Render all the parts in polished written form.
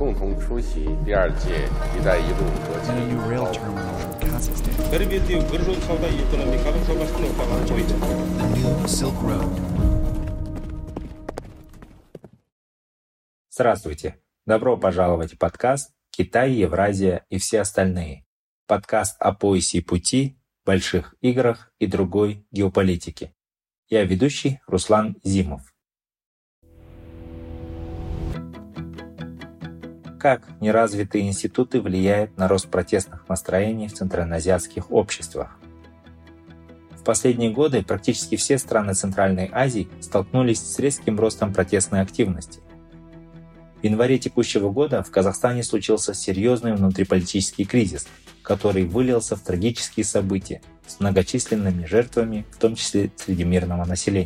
共同出席第二届“一带一路”国际 and a new rail terminal in Kazakhstan. The new Silk Road. Здравствуйте! Добро пожаловать в подкаст «Китай, Евразия и все остальные». Подкаст о поясе и пути, больших играх и другой геополитике. Я ведущий Руслан Зимов. Как неразвитые институты влияют на рост протестных настроений в центральноазиатских обществах? В последние годы практически все страны Центральной Азии столкнулись с резким ростом протестной активности. В январе текущего года в Казахстане случился серьезный внутриполитический кризис, который вылился в трагические события с многочисленными жертвами, в том числе среди мирного населения.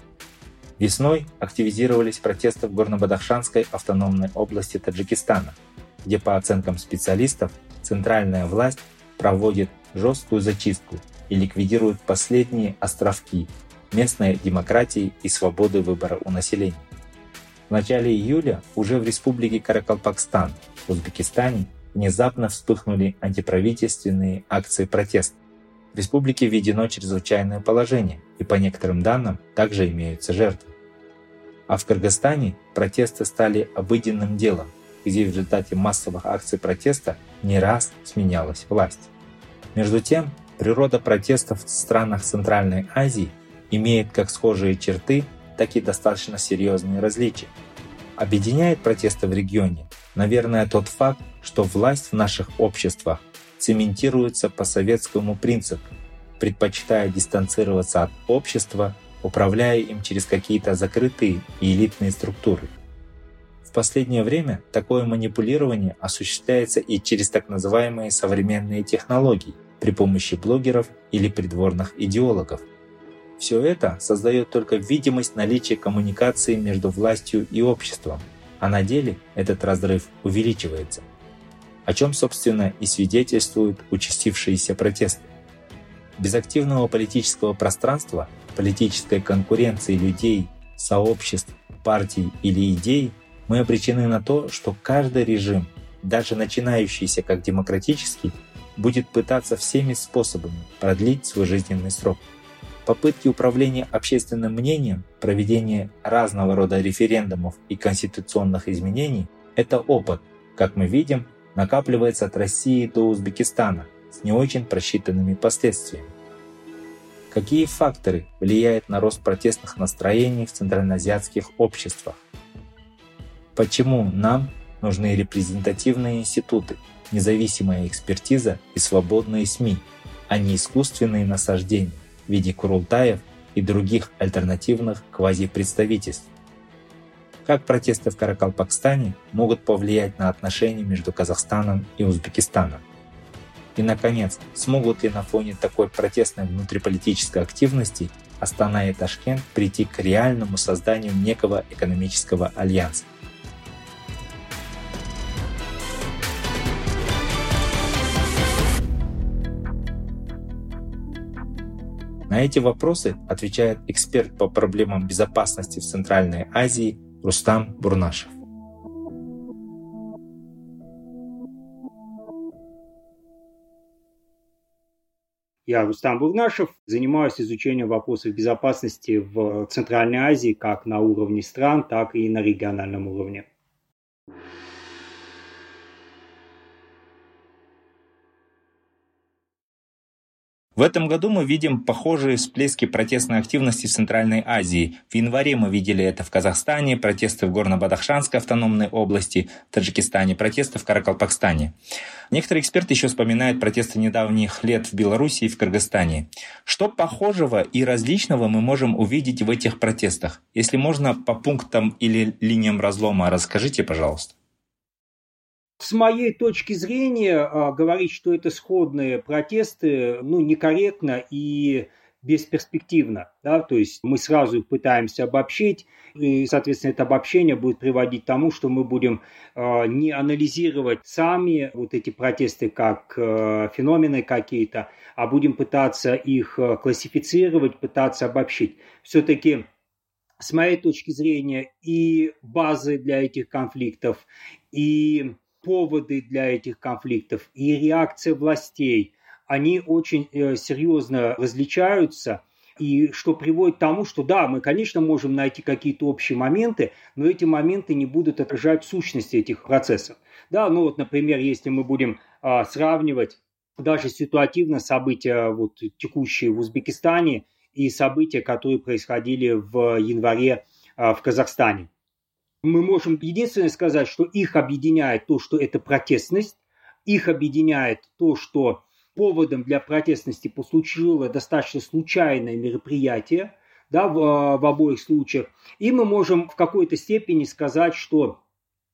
Весной активизировались протесты в Горно-Бадахшанской автономной области Таджикистана, где, по оценкам специалистов, центральная власть проводит жесткую зачистку и ликвидирует последние островки местной демократии и свободы выбора у населения. В начале июля уже в республике Каракалпакстан, в Узбекистане, внезапно вспыхнули антиправительственные акции протеста. В республике введено чрезвычайное положение, и по некоторым данным также имеются жертвы. А в Кыргызстане протесты стали обыденным делом, где в результате массовых акций протеста не раз сменялась власть. Между тем, природа протестов в странах Центральной Азии имеет как схожие черты, так и достаточно серьезные различия. Объединяет протесты в регионе, наверное, тот факт, что власть в наших обществах цементируется по советскому принципу, предпочитая дистанцироваться от общества, управляя им через какие-то закрытые и элитные структуры. В последнее время такое манипулирование осуществляется и через так называемые современные технологии при помощи блогеров или придворных идеологов. Все это создает только видимость наличия коммуникации между властью и обществом, а на деле этот разрыв увеличивается. О чем, собственно, и свидетельствуют участившиеся протесты. Без активного политического пространства, политической конкуренции людей, сообществ, партий или идей мы обречены на то, что каждый режим, даже начинающийся как демократический, будет пытаться всеми способами продлить свой жизненный срок. Попытки управления общественным мнением, проведение разного рода референдумов и конституционных изменений – это опыт, как мы видим, накапливается от России до Узбекистана с не очень просчитанными последствиями. Какие факторы влияют на рост протестных настроений в центральноазиатских обществах? Почему нам нужны репрезентативные институты, независимая экспертиза и свободные СМИ, а не искусственные насаждения в виде курултаев и других альтернативных квазипредставительств? Как протесты в Каракалпакстане могут повлиять на отношения между Казахстаном и Узбекистаном? И, наконец, смогут ли на фоне такой протестной внутриполитической активности Астана и Ташкент прийти к реальному созданию некого экономического альянса? На эти вопросы отвечает эксперт по проблемам безопасности в Центральной Азии Рустам Бурнашев. Я Рустам Бурнашев, занимаюсь изучением вопросов безопасности в Центральной Азии как на уровне стран, так и на региональном уровне. В этом году мы видим похожие всплески протестной активности в Центральной Азии. В январе мы видели это в Казахстане, протесты в Горно-Бадахшанской автономной области, в Таджикистане, протесты в Каракалпакстане. Некоторые эксперты еще вспоминают протесты недавних лет в Беларуси и в Кыргызстане. Что похожего и различного мы можем увидеть в этих протестах? Если можно, по пунктам или линиям разлома расскажите, пожалуйста. С моей точки зрения, говорить, что это сходные протесты, некорректно и бесперспективно. Да? То есть мы сразу их пытаемся обобщить, и, соответственно, это обобщение будет приводить к тому, что мы будем не анализировать сами вот эти протесты как феномены какие-то, а будем пытаться их классифицировать, пытаться обобщить. Все-таки с моей точки зрения, и базы для этих конфликтов, и поводы для этих конфликтов, и реакция властей, они очень серьезно различаются, и что приводит к тому, что да, мы, конечно, можем найти какие-то общие моменты, но эти моменты не будут отражать сущность этих процессов. Да, ну вот, например, если мы будем сравнивать даже ситуативно события вот, текущие в Узбекистане и события, которые происходили в январе в Казахстане. Мы можем единственное сказать, что их объединяет то, что это протестность, их объединяет то, что поводом для протестности послужило достаточно случайное мероприятие, да, в обоих случаях. И мы можем в какой-то степени сказать, что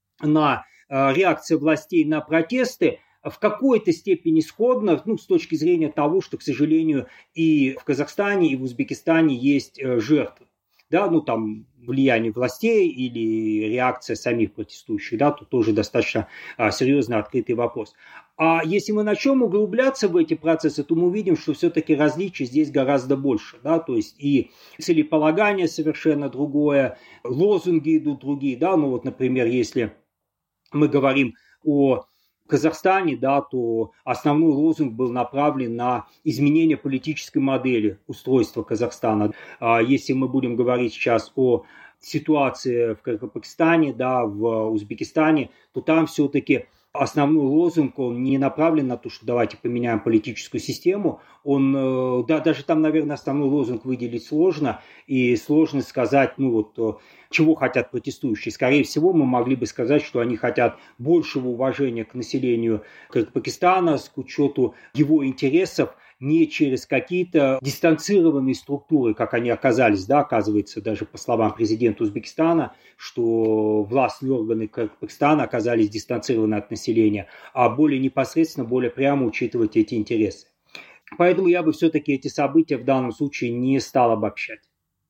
реакция властей на протесты в какой-то степени сходна, ну, с точки зрения того, что, к сожалению, и в Казахстане, и в Узбекистане есть жертвы. Да, ну, там влияние властей или реакция самих протестующих, да, тут тоже достаточно серьезно открытый вопрос. А если мы начнем углубляться в эти процессы, то мы увидим, что все-таки различий здесь гораздо больше, да, то есть и целеполагание совершенно другое, лозунги идут другие, да, ну вот, например, если мы говорим о Казахстане, да, то основной лозунг был направлен на изменение политической модели устройства Казахстана. Если мы будем говорить сейчас о ситуации в Пакистане, да, в Узбекистане, то там все-таки основной лозунг, он не направлен на то, что давайте поменяем политическую систему. Он, да, даже там, наверное, основной лозунг выделить сложно, и сложно сказать, ну вот, чего хотят протестующие. Скорее всего, мы могли бы сказать, что они хотят большего уважения к населению Пакистана с учету его интересов, не через какие-то дистанцированные структуры, как они оказались, да, оказывается, даже по словам президента Узбекистана, что властные органы Пакистана оказались дистанцированы от населения, а более непосредственно, более прямо учитывать эти интересы. Поэтому я бы все-таки эти события в данном случае не стал обобщать.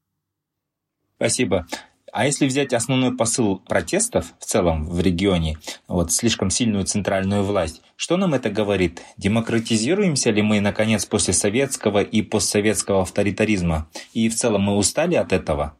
Спасибо. А если взять основной посыл протестов в целом в регионе, вот слишком сильную центральную власть, что нам это говорит? Демократизируемся ли мы, наконец, после советского и постсоветского авторитаризма? И в целом мы устали от этого?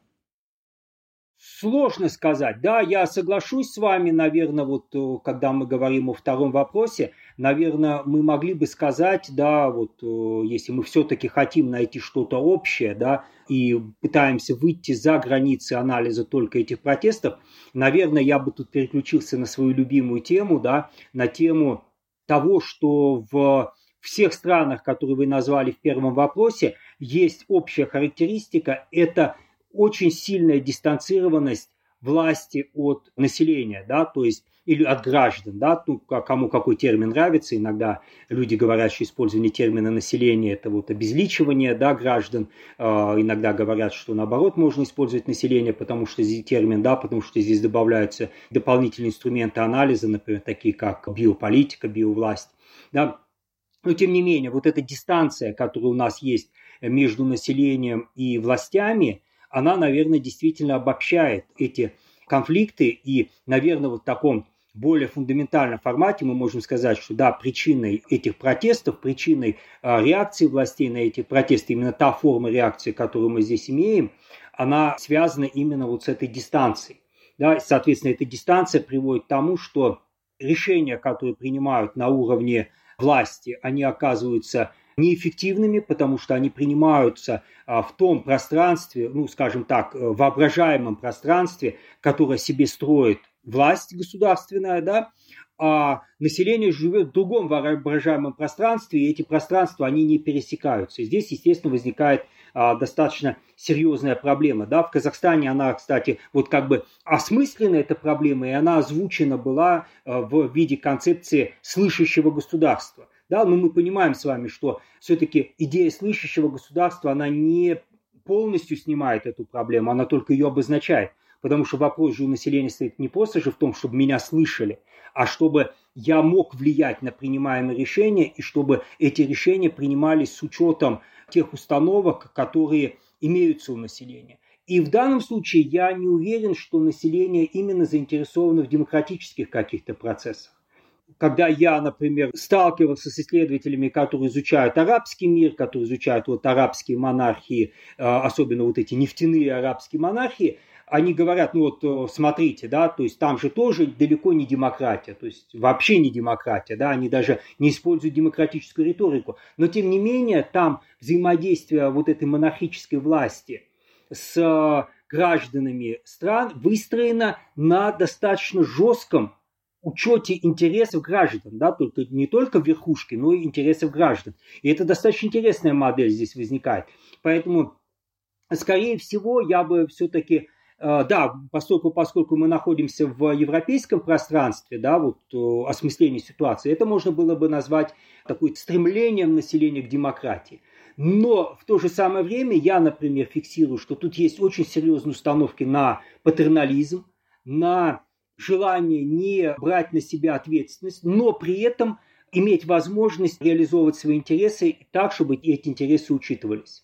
Сложно сказать. Да, я соглашусь с вами, наверное, вот когда мы говорим о втором вопросе, наверное, мы могли бы сказать, да, вот если мы все-таки хотим найти что-то общее, да, и пытаемся выйти за границы анализа только этих протестов, наверное, я бы тут переключился на свою любимую тему, да, на тему того, что в всех странах, которые вы назвали в первом вопросе, есть общая характеристика – это очень сильная дистанцированность власти от населения, да, то есть или от граждан, да, ну, кому какой термин нравится, иногда люди говорят, что использование термина населения – это вот обезличивание, да, граждан, иногда говорят, что наоборот можно использовать население, потому что здесь термин, да, потому что здесь добавляются дополнительные инструменты анализа, например, такие как биополитика, биовласть, да, но тем не менее, вот эта дистанция, которая у нас есть между населением и властями, она, наверное, действительно обобщает эти конфликты, и, наверное, вот в таком более фундаментальном формате мы можем сказать, что да, причиной этих протестов, причиной реакции властей на эти протесты, именно та форма реакции, которую мы здесь имеем, она связана именно вот с этой дистанцией. Да, соответственно, эта дистанция приводит к тому, что решения, которые принимают на уровне власти, они оказываются неэффективными, потому что они принимаются в том пространстве, ну, скажем так, воображаемом пространстве, которое себе строит власть государственная, да, а население живет в другом воображаемом пространстве, и эти пространства, они не пересекаются. И здесь, естественно, возникает достаточно серьезная проблема. Да. В Казахстане она, кстати, вот как бы осмыслена эта проблема, и она озвучена была в виде концепции слышащего государства. Да, но мы понимаем с вами, что все-таки идея слышащего государства, она не полностью снимает эту проблему, она только ее обозначает. Потому что вопрос же у населения стоит не просто же в том, чтобы меня слышали, а чтобы я мог влиять на принимаемые решения, и чтобы эти решения принимались с учетом тех установок, которые имеются у населения. И в данном случае я не уверен, что население именно заинтересовано в демократических каких-то процессах. когда я, например, сталкивался с исследователями, которые изучают арабский мир, которые изучают вот арабские монархии, особенно вот эти нефтяные арабские монархии, они говорят, ну вот смотрите, да, то есть там же тоже далеко не демократия, то есть вообще не демократия, да, они даже не используют демократическую риторику, но тем не менее там взаимодействие вот этой монархической власти с гражданами стран выстроено на достаточно жестком учете интересов граждан, да, только не только верхушки, но и интересов граждан. И это достаточно интересная модель здесь возникает. Поэтому, скорее всего, я бы все-таки, да, поскольку мы находимся в европейском пространстве, да, вот осмысление ситуации, это можно было бы назвать таким стремлением населения к демократии. Но в то же самое время я, например, фиксирую, что тут есть очень серьезные установки на патернализм, на желание не брать на себя ответственность, но при этом иметь возможность реализовывать свои интересы так, чтобы эти интересы учитывались.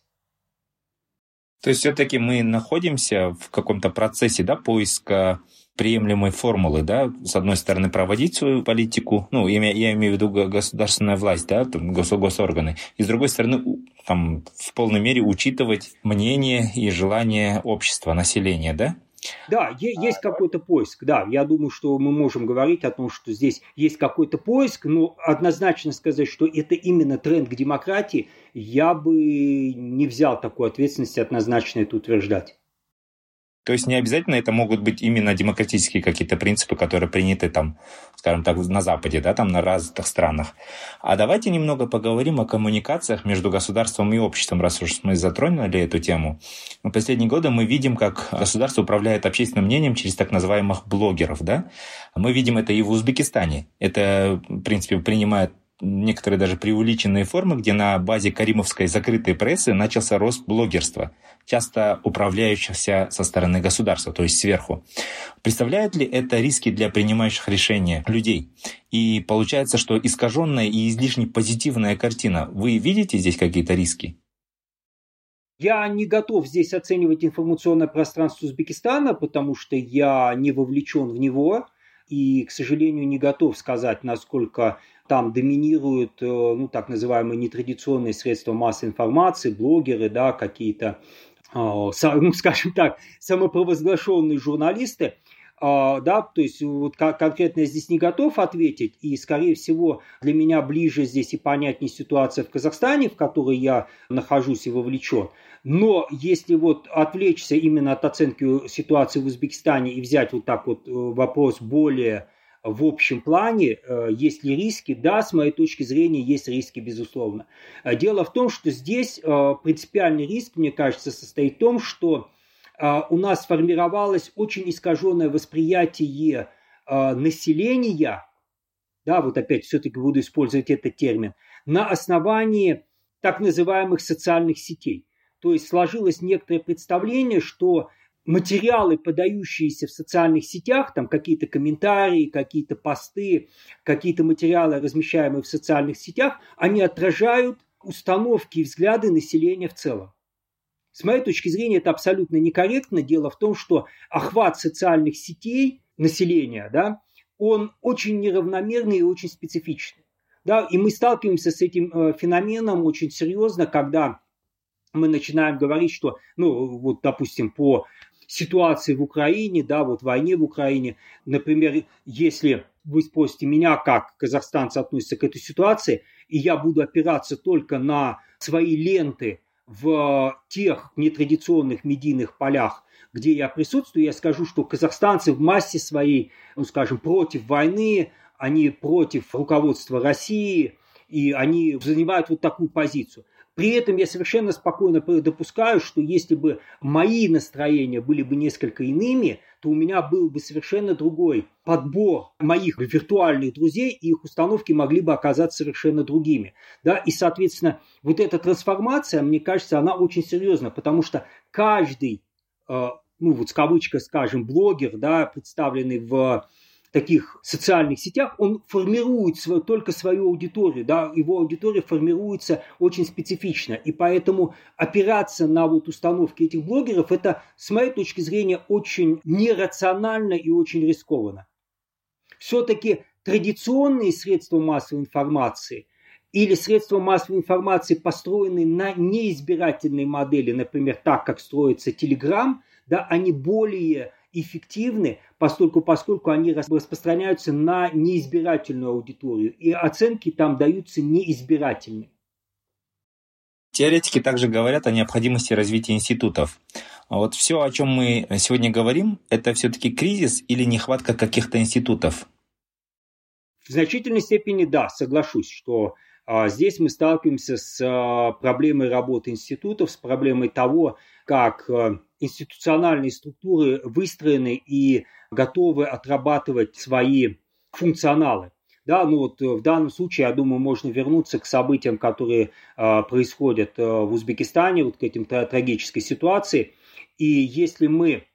То есть все-таки мы находимся в каком-то процессе, да, поиска приемлемой формулы, да, с одной стороны проводить свою политику, ну, я имею в виду государственная власть, да, госорганы, и с другой стороны там в полной мере учитывать мнение и желание общества, населения, да? Да, есть какой-то поиск, да, я думаю, что мы можем говорить о том, что здесь есть какой-то поиск, но однозначно сказать, что это именно тренд к демократии, я бы не взял такую ответственность однозначно это утверждать. То есть не обязательно это могут быть именно демократические какие-то принципы, которые приняты там, скажем так, на Западе, да, там на разных странах. А давайте немного поговорим о коммуникациях между государством и обществом, раз уж мы затронули эту тему. В последние годы мы видим, как государство управляет общественным мнением через так называемых блогеров, да. Мы видим это и в Узбекистане. Это, в принципе, принимает некоторые даже преувеличенные формы, где на базе каримовской закрытой прессы начался рост блогерства, часто управляющихся со стороны государства, то есть сверху. Представляет ли это риски для принимающих решения людей? И получается, что искаженная и излишне позитивная картина. Вы видите здесь какие-то риски? Я не готов здесь оценивать информационное пространство Узбекистана, потому что я не вовлечен в него и, к сожалению, не готов сказать, насколько там доминируют, ну, так называемые нетрадиционные средства массовой информации, блогеры, да, какие-то, ну, скажем так, самопровозглашенные журналисты. Да, то есть вот конкретно я здесь не готов ответить, и, скорее всего, для меня ближе здесь и понятнее ситуация в Казахстане, в которой я нахожусь и вовлечен. Но если вот отвлечься именно от оценки ситуации в Узбекистане и взять вот так вот вопрос более в общем плане, есть ли риски? Да, с моей точки зрения, есть риски, безусловно. Дело в том, что здесь принципиальный риск, мне кажется, состоит в том, что у нас сформировалось очень искаженное восприятие населения, да, вот опять все-таки буду использовать этот термин, на основании так называемых социальных сетей. То есть сложилось некоторое представление, что материалы, подающиеся в социальных сетях, там какие-то комментарии, какие-то посты, какие-то материалы, размещаемые в социальных сетях, они отражают установки и взгляды населения в целом. С моей точки зрения, это абсолютно некорректно. Дело в том, что охват социальных сетей населения, да, он очень неравномерный и очень специфичный. Да, и мы сталкиваемся с этим феноменом очень серьезно, когда мы начинаем говорить, что, ну, вот, допустим, по ситуации в Украине, да, вот войне в Украине, например, если вы спросите меня, как казахстанцы относятся к этой ситуации, и я буду опираться только на свои ленты в тех нетрадиционных медийных полях, где я присутствую, я скажу, что казахстанцы в массе своей, ну, скажем, против войны, они против руководства России, и они занимают вот такую позицию. При этом я совершенно спокойно допускаю, что если бы мои настроения были бы несколько иными, то у меня был бы совершенно другой подбор моих виртуальных друзей, и их установки могли бы оказаться совершенно другими. Да? И, соответственно, вот эта трансформация, мне кажется, она очень серьезна, потому что каждый, ну вот с кавычкой скажем, блогер, да, представленный в таких социальных сетях, он формирует только свою аудиторию, да, его аудитория формируется очень специфично, и поэтому опираться на вот установки этих блогеров, это, с моей точки зрения, очень нерационально и очень рискованно. Все-таки традиционные средства массовой информации или средства массовой информации, построенные на неизбирательной модели, например, так, как строится Telegram, да, они более эффективны, поскольку они распространяются на неизбирательную аудиторию, и оценки там даются неизбирательные. Теоретики также говорят о необходимости развития институтов. Вот все, о чем мы сегодня говорим, это все-таки кризис или нехватка каких-то институтов? В значительной степени да, соглашусь, что здесь мы сталкиваемся с проблемой работы институтов, с проблемой того, как институциональные структуры выстроены и готовы отрабатывать свои функционалы. Да, ну вот в данном случае, я думаю, можно вернуться к событиям, которые происходят в Узбекистане, вот к этим трагической ситуации. И если мы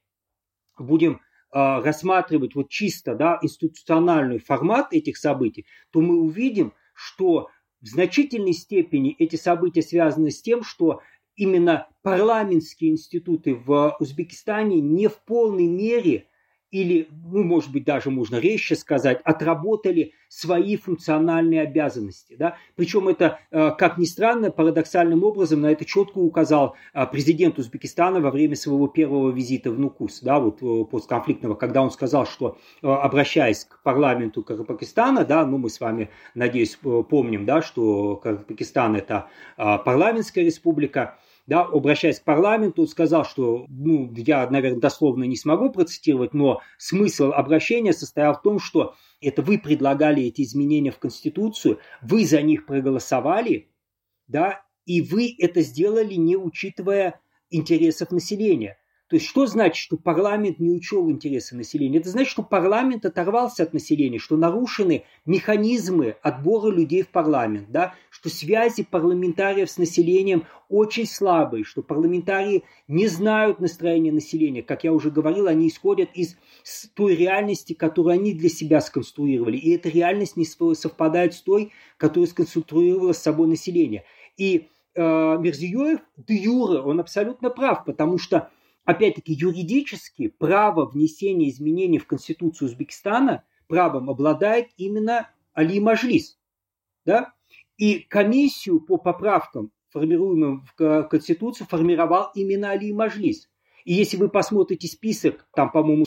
будем рассматривать вот чисто, да, институциональный формат этих событий, то мы увидим, что в значительной степени эти события связаны с тем, что именно парламентские институты в Узбекистане не в полной мере или, ну, может быть, даже можно резче сказать, отработали свои функциональные обязанности. Да? Причем это, как ни странно, парадоксальным образом на это четко указал президент Узбекистана во время своего первого визита в Нукус, да, вот постконфликтного, когда он сказал, что, обращаясь к парламенту Карапакистана, да, ну, мы с вами, надеюсь, помним, да, что Карапакистан – это парламентская республика. Да, обращаясь к парламенту, он сказал, что, ну, я, наверное, дословно не смогу процитировать, но смысл обращения состоял в том, что это вы предлагали эти изменения в Конституцию, вы за них проголосовали, да, и вы это сделали, не учитывая интересов населения. То есть, что значит, что парламент не учел интересы населения? Это значит, что парламент оторвался от населения, что нарушены механизмы отбора людей в парламент, да? Что связи парламентариев с населением очень слабые, что парламентарии не знают настроения населения. Как я уже говорил, они исходят из той реальности, которую они для себя сконструировали. И эта реальность не совпадает с той, которую сконструировало с собой население. И Мирзиёев де юре, он абсолютно прав, потому что опять-таки, юридически право внесения изменений в Конституцию Узбекистана правом обладает именно Али Маджлис. Да? И комиссию по поправкам, формируемым в Конституцию, формировал именно Али Маджлис. И если вы посмотрите список, там, по-моему,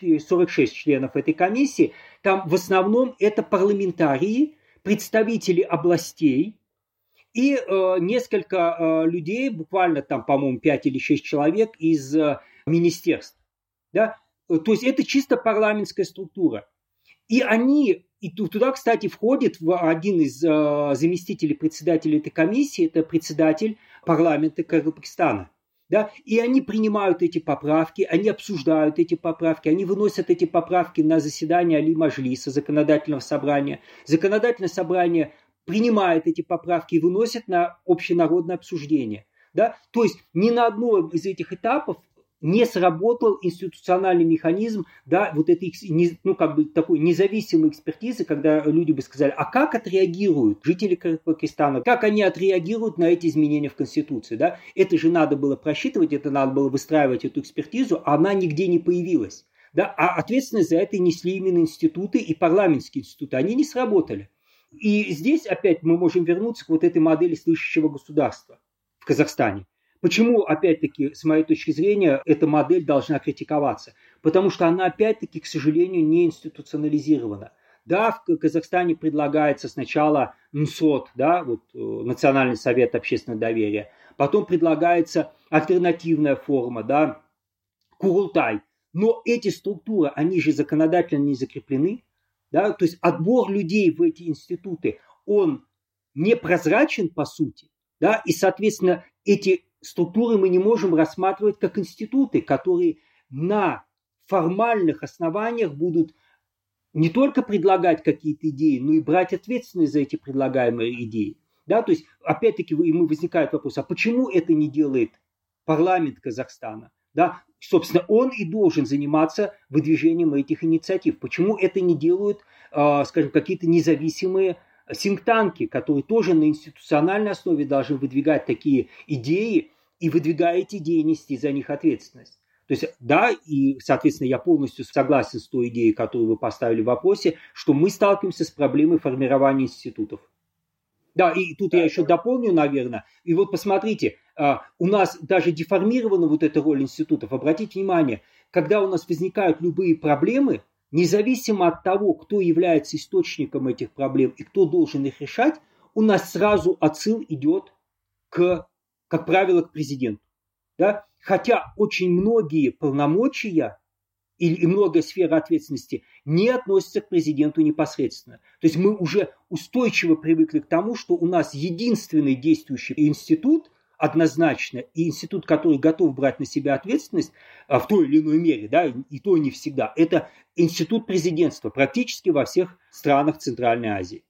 46 членов этой комиссии, там в основном это парламентарии, представители областей, и несколько людей, буквально там, по-моему, 5 или 6 человек из министерств. Да? То есть это чисто парламентская структура. И туда, кстати, входит один из заместителей председателя этой комиссии, это председатель парламента Кыргызстана. Да? И они принимают эти поправки, они обсуждают эти поправки, они выносят эти поправки на заседание Али Маджлиса, законодательного собрания. Законодательное собрание принимает эти поправки и выносит на общенародное обсуждение. Да? То есть ни на одном из этих этапов не сработал институциональный механизм, да, вот этой, ну, как бы такой независимой экспертизы, когда люди бы сказали, а как отреагируют жители Пакистана, как они отреагируют на эти изменения в Конституции. Да? Это же надо было просчитывать, это надо было выстраивать эту экспертизу, а она нигде не появилась. Да? А ответственность за это несли именно институты и парламентские институты. Они не сработали. И здесь опять мы можем вернуться к вот этой модели слышащего государства в Казахстане. Почему, опять-таки, с моей точки зрения, эта модель должна критиковаться? Потому что она, опять-таки, к сожалению, не институционализирована. Да, в Казахстане предлагается сначала НСОТ, да, вот, Национальный совет общественного доверия, потом предлагается альтернативная форма, да, Курултай. Но эти структуры, они же законодательно не закреплены. Да? То есть отбор людей в эти институты, он непрозрачен по сути. Да? И, соответственно, эти структуры мы не можем рассматривать как институты, которые на формальных основаниях будут не только предлагать какие-то идеи, но и брать ответственность за эти предлагаемые идеи. Да? То есть, опять-таки, возникает вопрос, а почему это не делает парламент Казахстана? Да? Собственно, он и должен заниматься выдвижением этих инициатив. Почему это не делают, скажем, какие-то независимые синктанки, которые тоже на институциональной основе должны выдвигать такие идеи и, выдвигая эти идеи, нести за них ответственность? То есть, да, и, соответственно, я полностью согласен с той идеей, которую вы поставили в вопросе, что мы сталкиваемся с проблемой формирования институтов. Да, и тут я еще дополню, наверное. И вот посмотрите, у нас даже деформирована вот эта роль институтов. Обратите внимание, когда у нас возникают любые проблемы, независимо от того, кто является источником этих проблем и кто должен их решать, у нас сразу отсыл идет, как правило, к президенту. Да? Хотя очень многие полномочия и многое сфера ответственности не относятся к президенту непосредственно. То есть мы уже устойчиво привыкли к тому, что у нас единственный действующий институт однозначно, и институт, который готов брать на себя ответственность в той или иной мере, да, и то не всегда, это институт президентства практически во всех странах Центральной Азии.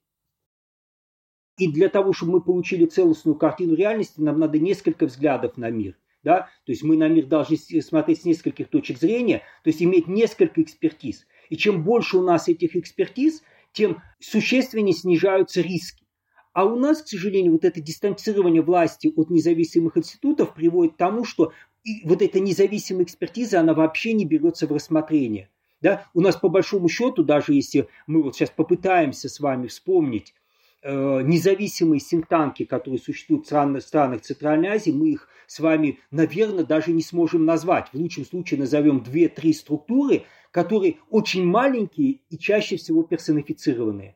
И для того, чтобы мы получили целостную картину реальности, нам надо несколько взглядов на мир. Да? То есть мы на мир должны смотреть с нескольких точек зрения, то есть иметь несколько экспертиз. И чем больше у нас этих экспертиз, тем существеннее снижаются риски. А у нас, к сожалению, вот это дистанцирование власти от независимых институтов приводит к тому, что вот эта независимая экспертиза, она вообще не берется в рассмотрение. Да? У нас по большому счету, даже если мы вот сейчас попытаемся с вами вспомнить независимые синктанки, которые существуют в странах Центральной Азии, мы их с вами, наверное, даже не сможем назвать. В лучшем случае назовем 2-3 структуры, которые очень маленькие и чаще всего персонифицированные.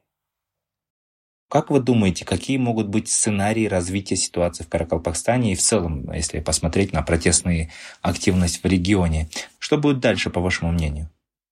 Как вы думаете, какие могут быть сценарии развития ситуации в Каракалпакстане и в целом, если посмотреть на протестную активность в регионе? Что будет дальше, по вашему мнению?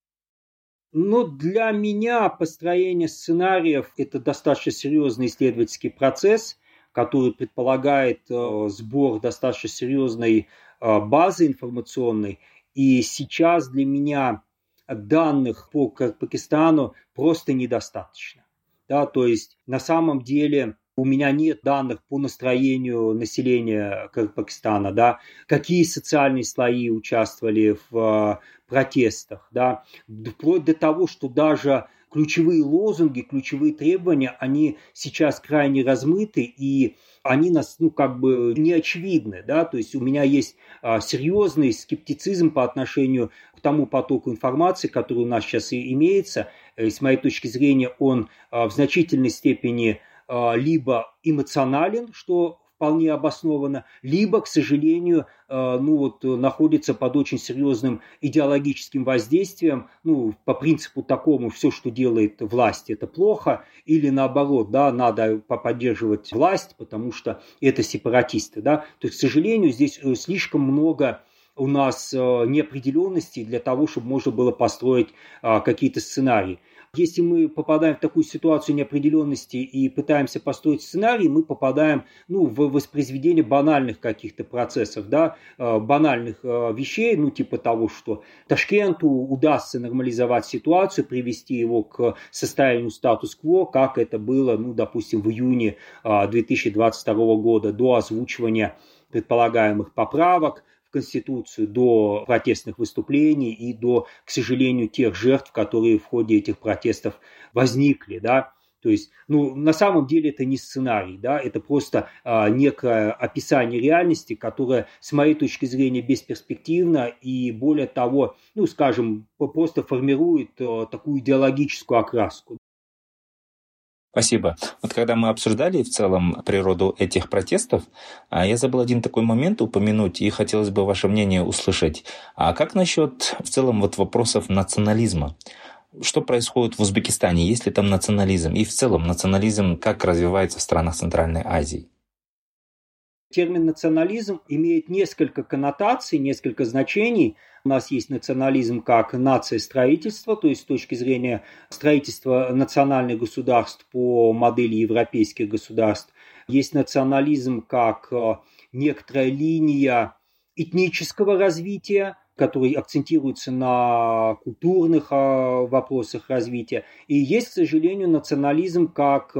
Но для меня построение сценариев – это достаточно серьезный исследовательский процесс, который предполагает сбор достаточно серьезной базы информационной. И сейчас для меня данных по Пакистану просто недостаточно. Да, то есть на самом деле у меня нет данных по настроению населения Пакистана, да, какие социальные слои участвовали в протестах, да, вплоть до того, что даже ключевые лозунги, ключевые требования, они сейчас крайне размыты, и они нас, не очевидны, да, то есть у меня есть серьезный скептицизм по отношению к тому потоку информации, который у нас сейчас и имеется, и с моей точки зрения он в значительной степени либо эмоционален, что вполне обоснованно, либо, к сожалению, находится под очень серьезным идеологическим воздействием, по принципу такому, все, что делает власть, это плохо, или наоборот, да, надо поддерживать власть, потому что это сепаратисты, да. То есть, к сожалению, здесь слишком много у нас неопределенностей для того, чтобы можно было построить какие-то сценарии. Если мы попадаем в такую ситуацию неопределенности и пытаемся построить сценарий, мы попадаем в воспроизведение банальных каких-то процессов, да, банальных вещей, типа того, что Ташкенту удастся нормализовать ситуацию, привести его к состоянию статус-кво, как это было, допустим, в июне 2022 года, до озвучивания предполагаемых поправок в Конституцию, до протестных выступлений и до, к сожалению, тех жертв, которые в ходе этих протестов возникли, да. То есть, на самом деле это не сценарий, да, это просто некое описание реальности, которое, с моей точки зрения, бесперспективно и, более того, просто формирует такую идеологическую окраску. Спасибо. Вот когда мы обсуждали в целом природу этих протестов, я забыл один такой момент упомянуть, и хотелось бы ваше мнение услышать. А как насчет в целом вопросов национализма? Что происходит в Узбекистане? Есть ли там национализм? И в целом национализм как развивается в странах Центральной Азии? Термин национализм имеет несколько коннотаций, несколько значений. У нас есть национализм как нация строительства, то есть с точки зрения строительства национальных государств по модели европейских государств. Есть национализм как некоторая линия этнического развития, который акцентируется на культурных вопросах развития. И есть, к сожалению, национализм как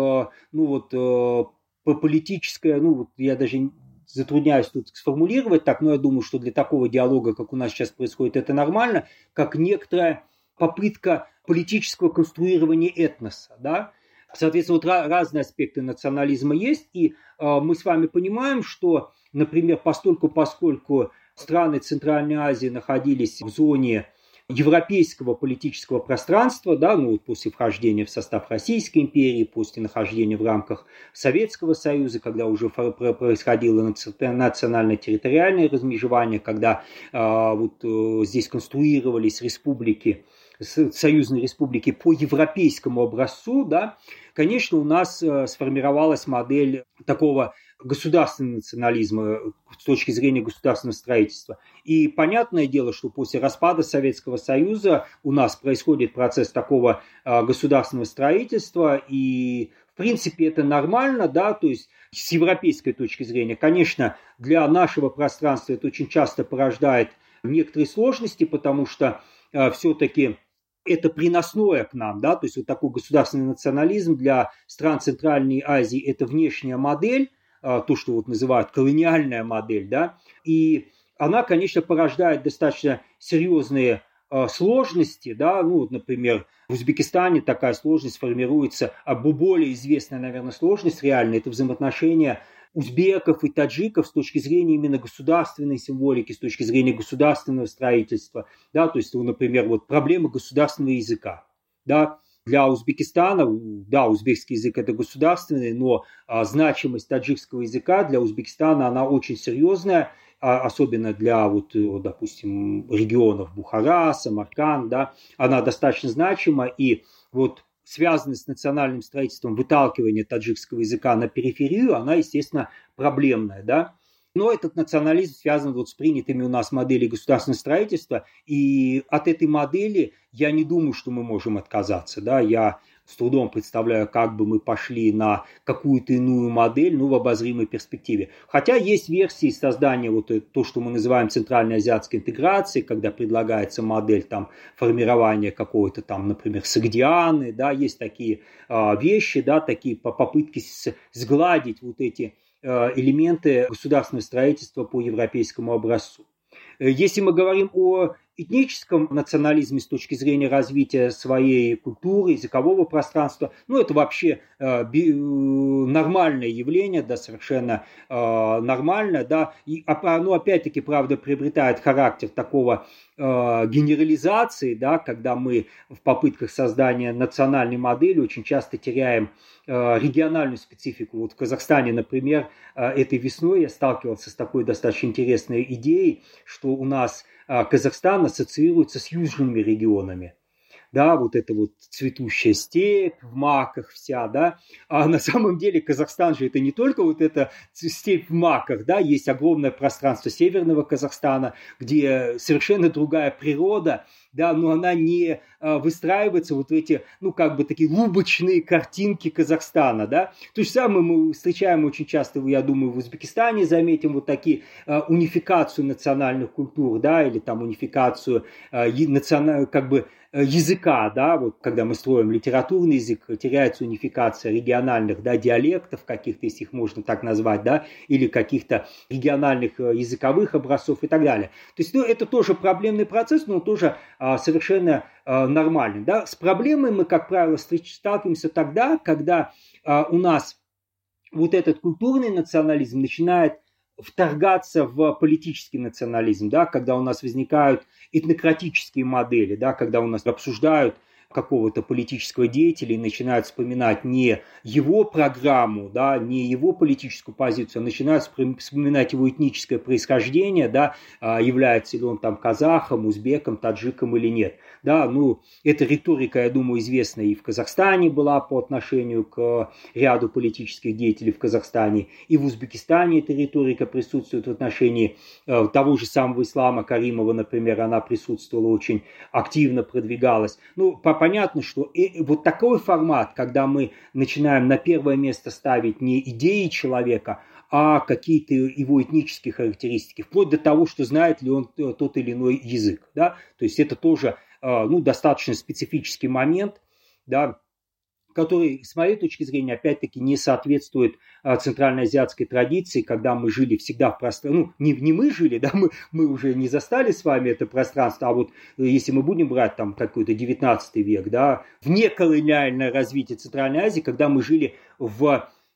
политическое, я даже затрудняюсь тут сформулировать так, но я думаю, что для такого диалога, как у нас сейчас происходит, это нормально, как некоторая попытка политического конструирования этноса, да. Соответственно, разные аспекты национализма есть, и мы с вами понимаем, что, например, поскольку страны Центральной Азии находились в зоне европейского политического пространства, да, ну вот после вхождения в состав Российской империи, после нахождения в рамках Советского Союза, когда уже происходило национально-территориальное размежевание, когда здесь конструировались республики, союзные республики по европейскому образцу, да, конечно, у нас сформировалась модель такого государственного национализма с точки зрения государственного строительства. И понятное дело, что после распада Советского Союза у нас происходит процесс такого государственного строительства, и в принципе это нормально, да, то есть с европейской точки зрения, конечно, для нашего пространства это очень часто порождает некоторые сложности, потому что все-таки это приносное к нам, да, то есть вот такой государственный национализм для стран Центральной Азии – это внешняя модель, то, что вот называют колониальная модель, да, и она, конечно, порождает достаточно серьезные сложности, да, ну, вот, например, в Узбекистане такая сложность формируется, более известная, наверное, сложность реальная – это взаимоотношения узбеков и таджиков с точки зрения именно государственной символики, с точки зрения государственного строительства, да, то есть, например, вот проблема государственного языка, да, для Узбекистана, да, узбекский язык это государственный, но значимость таджикского языка для Узбекистана, она очень серьезная, особенно для, вот, допустим, регионов Бухара, Самарканд, да, она достаточно значима, и вот связанная с национальным строительством выталкивание таджикского языка на периферию, она, естественно, проблемная, да. Но этот национализм связан вот с принятыми у нас моделями государственного строительства, и от этой модели я не думаю, что мы можем отказаться, да. Я с трудом представляю, как бы мы пошли на какую-то иную модель, ну, в обозримой перспективе. Хотя есть версии создания вот то, что мы называем центральноазиатской интеграцией, когда предлагается модель там формирования какого-то там, например, Согдианы, да, есть такие вещи, да, такие попытки сгладить вот эти элементы государственного строительства по европейскому образцу. Если мы говорим о этническом национализме с точки зрения развития своей культуры, языкового пространства, ну, это вообще нормальное явление, да, совершенно нормально, да, и оно опять-таки, правда, приобретает характер такого генерализации, да, когда мы в попытках создания национальной модели очень часто теряем региональную специфику. Вот в Казахстане, например, этой весной я сталкивался с такой достаточно интересной идеей, что у нас Казахстан ассоциируется с южными регионами. Да, вот это вот цветущая степь в маках вся, да, а на самом деле Казахстан же это не только вот эта степь в маках, да, есть огромное пространство северного Казахстана, где совершенно другая природа, да, но она не выстраивается вот в эти, ну, как бы такие лубочные картинки Казахстана, да. То же самое мы встречаем очень часто, я думаю, в Узбекистане заметим вот такие унификацию национальных культур, да, или там унификацию как бы языка, да, вот когда мы строим литературный язык, теряется унификация региональных, да, диалектов каких-то, если их можно так назвать, да, или каких-то региональных языковых образцов и так далее. То есть, ну, это тоже проблемный процесс, но тоже совершенно нормальный, да. С проблемой мы, как правило, сталкиваемся тогда, когда у нас вот этот культурный национализм начинает вторгаться в политический национализм, да, когда у нас возникают этнократические модели, да, когда у нас обсуждают какого-то политического деятеля и начинают вспоминать не его программу, да, не его политическую позицию, а начинают вспоминать его этническое происхождение, да, является ли он там казахом, узбеком, таджиком или нет. Да, ну, эта риторика, я думаю, известна и в Казахстане была по отношению к ряду политических деятелей в Казахстане, и в Узбекистане эта риторика присутствует в отношении того же самого Ислама Каримова, например, она присутствовала, очень активно продвигалась. Ну, понятно, что вот такой формат, когда мы начинаем на первое место ставить не идеи человека, а какие-то его этнические характеристики, вплоть до того, что знает ли он тот или иной язык. Да? То есть это тоже достаточно специфический момент, да, который, с моей точки зрения, опять-таки не соответствует центральноазиатской традиции, когда мы жили всегда в пространстве, ну, не мы жили, да, мы уже не застали с вами это пространство, а вот если мы будем брать там какой-то 19 век, да, в неколониальное развитие Центральной Азии, когда мы жили в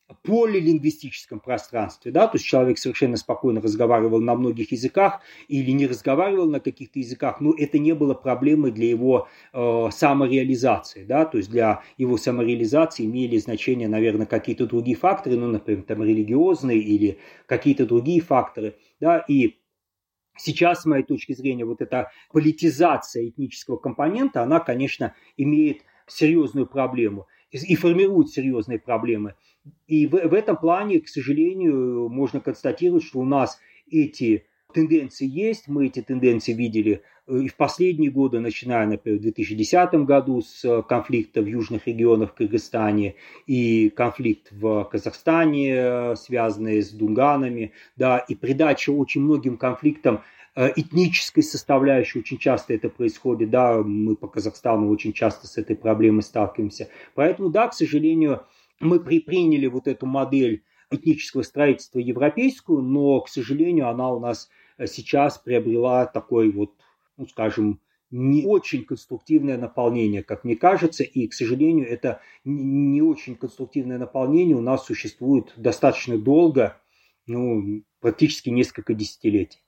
полилингвистическом пространстве, да, то есть человек совершенно спокойно разговаривал на многих языках или не разговаривал на каких-то языках, но это не было проблемой для его самореализации, да, то есть для его самореализации имели значение, наверное, какие-то другие факторы, ну, например, там религиозные или какие-то другие факторы, да, и сейчас, с моей точки зрения, вот эта политизация этнического компонента, она, конечно, имеет серьезную проблему и формирует серьезные проблемы. И в этом плане, к сожалению, можно констатировать, что у нас эти тенденции есть. Мы эти тенденции видели и в последние годы, начиная, например, в 2010 году с конфликта в южных регионах в Кыргызстане и конфликт в Казахстане, связанный с дунганами, да, и придача очень многим конфликтам этнической составляющей, очень часто это происходит, да, мы по Казахстану очень часто с этой проблемой сталкиваемся. Поэтому, да, к сожалению, мы приняли вот эту модель этнического строительства европейскую, но, к сожалению, она у нас сейчас приобрела такой вот, ну, скажем, не очень конструктивное наполнение, как мне кажется, и, к сожалению, это не очень конструктивное наполнение у нас существует достаточно долго, ну, практически несколько десятилетий.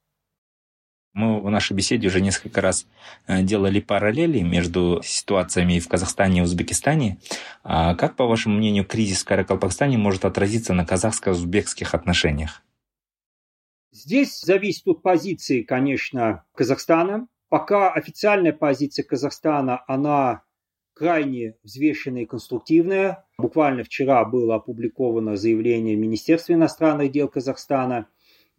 Мы в нашей беседе уже несколько раз делали параллели между ситуациями в Казахстане и Узбекистане. Как, по вашему мнению, кризис в Каракалпакстане может отразиться на казахско-узбекских отношениях? Здесь зависит от позиции, конечно, Казахстана. Пока официальная позиция Казахстана, она крайне взвешенная и конструктивная. Буквально вчера было опубликовано заявление Министерства иностранных дел Казахстана,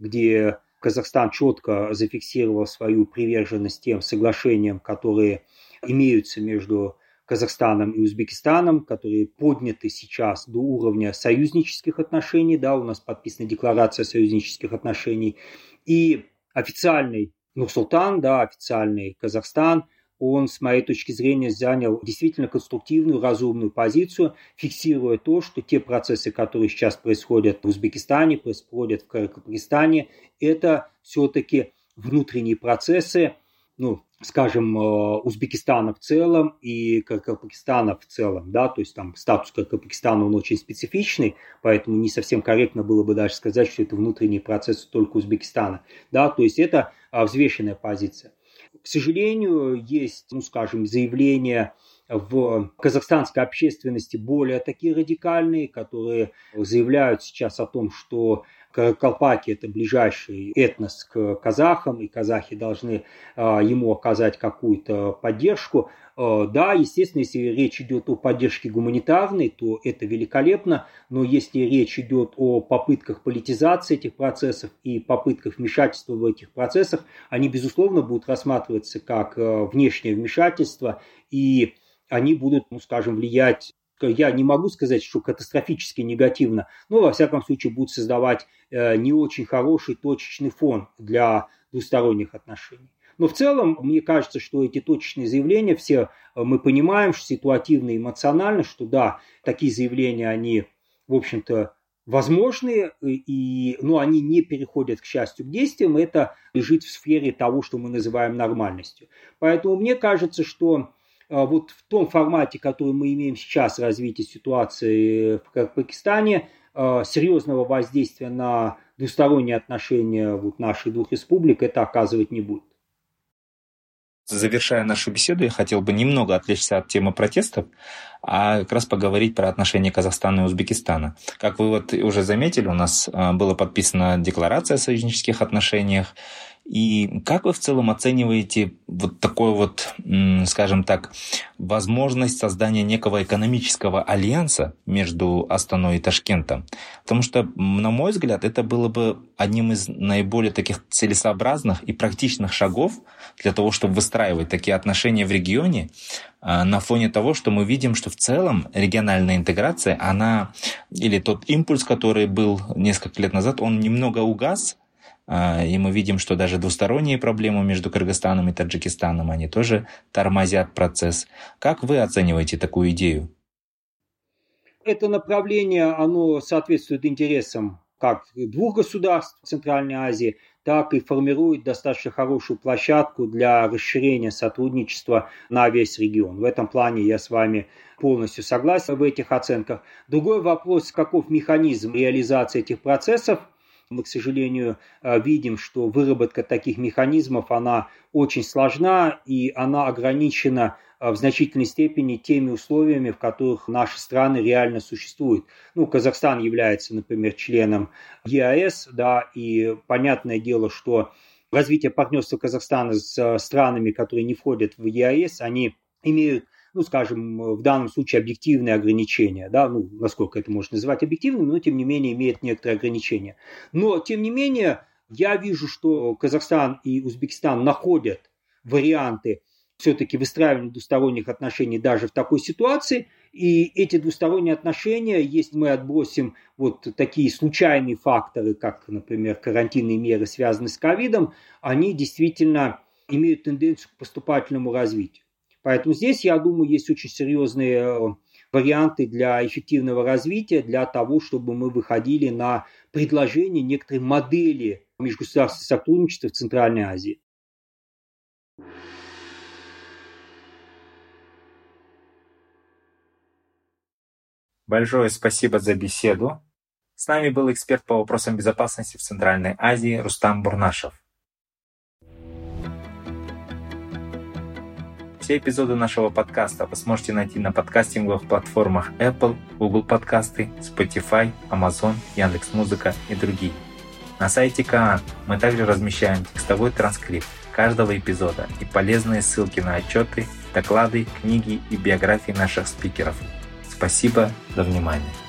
где Казахстан четко зафиксировал свою приверженность тем соглашениям, которые имеются между Казахстаном и Узбекистаном, которые подняты сейчас до уровня союзнических отношений. Да, у нас подписана декларация союзнических отношений. И официальный Нур-Султан, да, официальный Казахстан, он, с моей точки зрения, занял действительно конструктивную, разумную позицию, фиксируя то, что те процессы, которые сейчас происходят в Узбекистане, происходят в Каракалпакстане, это все-таки внутренние процессы, ну, скажем, Узбекистана в целом и Каракалпакстана в целом, да, то есть там статус Каракалпакстана, он очень специфичный, поэтому не совсем корректно было бы даже сказать, что это внутренние процессы только Узбекистана, да, то есть это взвешенная позиция. К сожалению, есть, ну, скажем, заявления в казахстанской общественности более такие радикальные, которые заявляют сейчас о том, что Каракалпаки – это ближайший этнос к казахам, и казахи должны ему оказать какую-то поддержку. Да, естественно, если речь идет о поддержке гуманитарной, то это великолепно, но если речь идет о попытках политизации этих процессов и попытках вмешательства в этих процессах, они, безусловно, будут рассматриваться как внешнее вмешательство, и они будут, ну, скажем, влиять, я не могу сказать, что катастрофически негативно, но, во всяком случае, будут создавать не очень хороший точечный фон для двусторонних отношений. Но в целом, мне кажется, что эти точечные заявления, все мы понимаем, что ситуативно и эмоционально, что да, такие заявления, они, в общем-то, возможны, но они не переходят, к счастью, к действиям, это лежит в сфере того, что мы называем нормальностью. Поэтому мне кажется, что вот в том формате, который мы имеем сейчас, развитие ситуации в Пакистане, серьезного воздействия на двусторонние отношения вот наших двух республик это оказывать не будет. Завершая нашу беседу, я хотел бы немного отвлечься от темы протестов, а как раз поговорить про отношения Казахстана и Узбекистана. Как вы вот уже заметили, у нас была подписана декларация о союзнических отношениях. И как вы в целом оцениваете вот такой вот, скажем так, возможность создания некого экономического альянса между Астаной и Ташкентом? Потому что, на мой взгляд, это было бы одним из наиболее таких целесообразных и практичных шагов для того, чтобы выстраивать такие отношения в регионе на фоне того, что мы видим, что в целом региональная интеграция, она, или тот импульс, который был несколько лет назад, он немного угас. И мы видим, что даже двусторонние проблемы между Кыргызстаном и Таджикистаном, они тоже тормозят процесс. Как вы оцениваете такую идею? Это направление, оно соответствует интересам как двух государств Центральной Азии, так и формирует достаточно хорошую площадку для расширения сотрудничества на весь регион. В этом плане я с вами полностью согласен в этих оценках. Другой вопрос, каков механизм реализации этих процессов. Мы, к сожалению, видим, что выработка таких механизмов, она очень сложна и она ограничена в значительной степени теми условиями, в которых наши страны реально существуют. Казахстан является, например, членом ЕАЭС, да, и понятное дело, что развитие партнерства Казахстана с странами, которые не входят в ЕАЭС, они имеют, в данном случае объективные ограничения, да, насколько это можно назвать объективными, но тем не менее имеет некоторые ограничения. Но тем не менее я вижу, что Казахстан и Узбекистан находят варианты все-таки выстраивания двусторонних отношений даже в такой ситуации, и эти двусторонние отношения, если мы отбросим вот такие случайные факторы, как, например, карантинные меры, связанные с ковидом, они действительно имеют тенденцию к поступательному развитию. Поэтому здесь, я думаю, есть очень серьезные варианты для эффективного развития, для того, чтобы мы выходили на предложение некоторой модели межгосударственного сотрудничества в Центральной Азии. Большое спасибо за беседу. С нами был эксперт по вопросам безопасности в Центральной Азии Рустам Бурнашев. Все эпизоды нашего подкаста вы сможете найти на подкастинговых платформах Apple, Google подкасты, Spotify, Amazon, Яндекс.Музыка и другие. На сайте Каан мы также размещаем текстовой транскрипт каждого эпизода и полезные ссылки на отчеты, доклады, книги и биографии наших спикеров. Спасибо за внимание.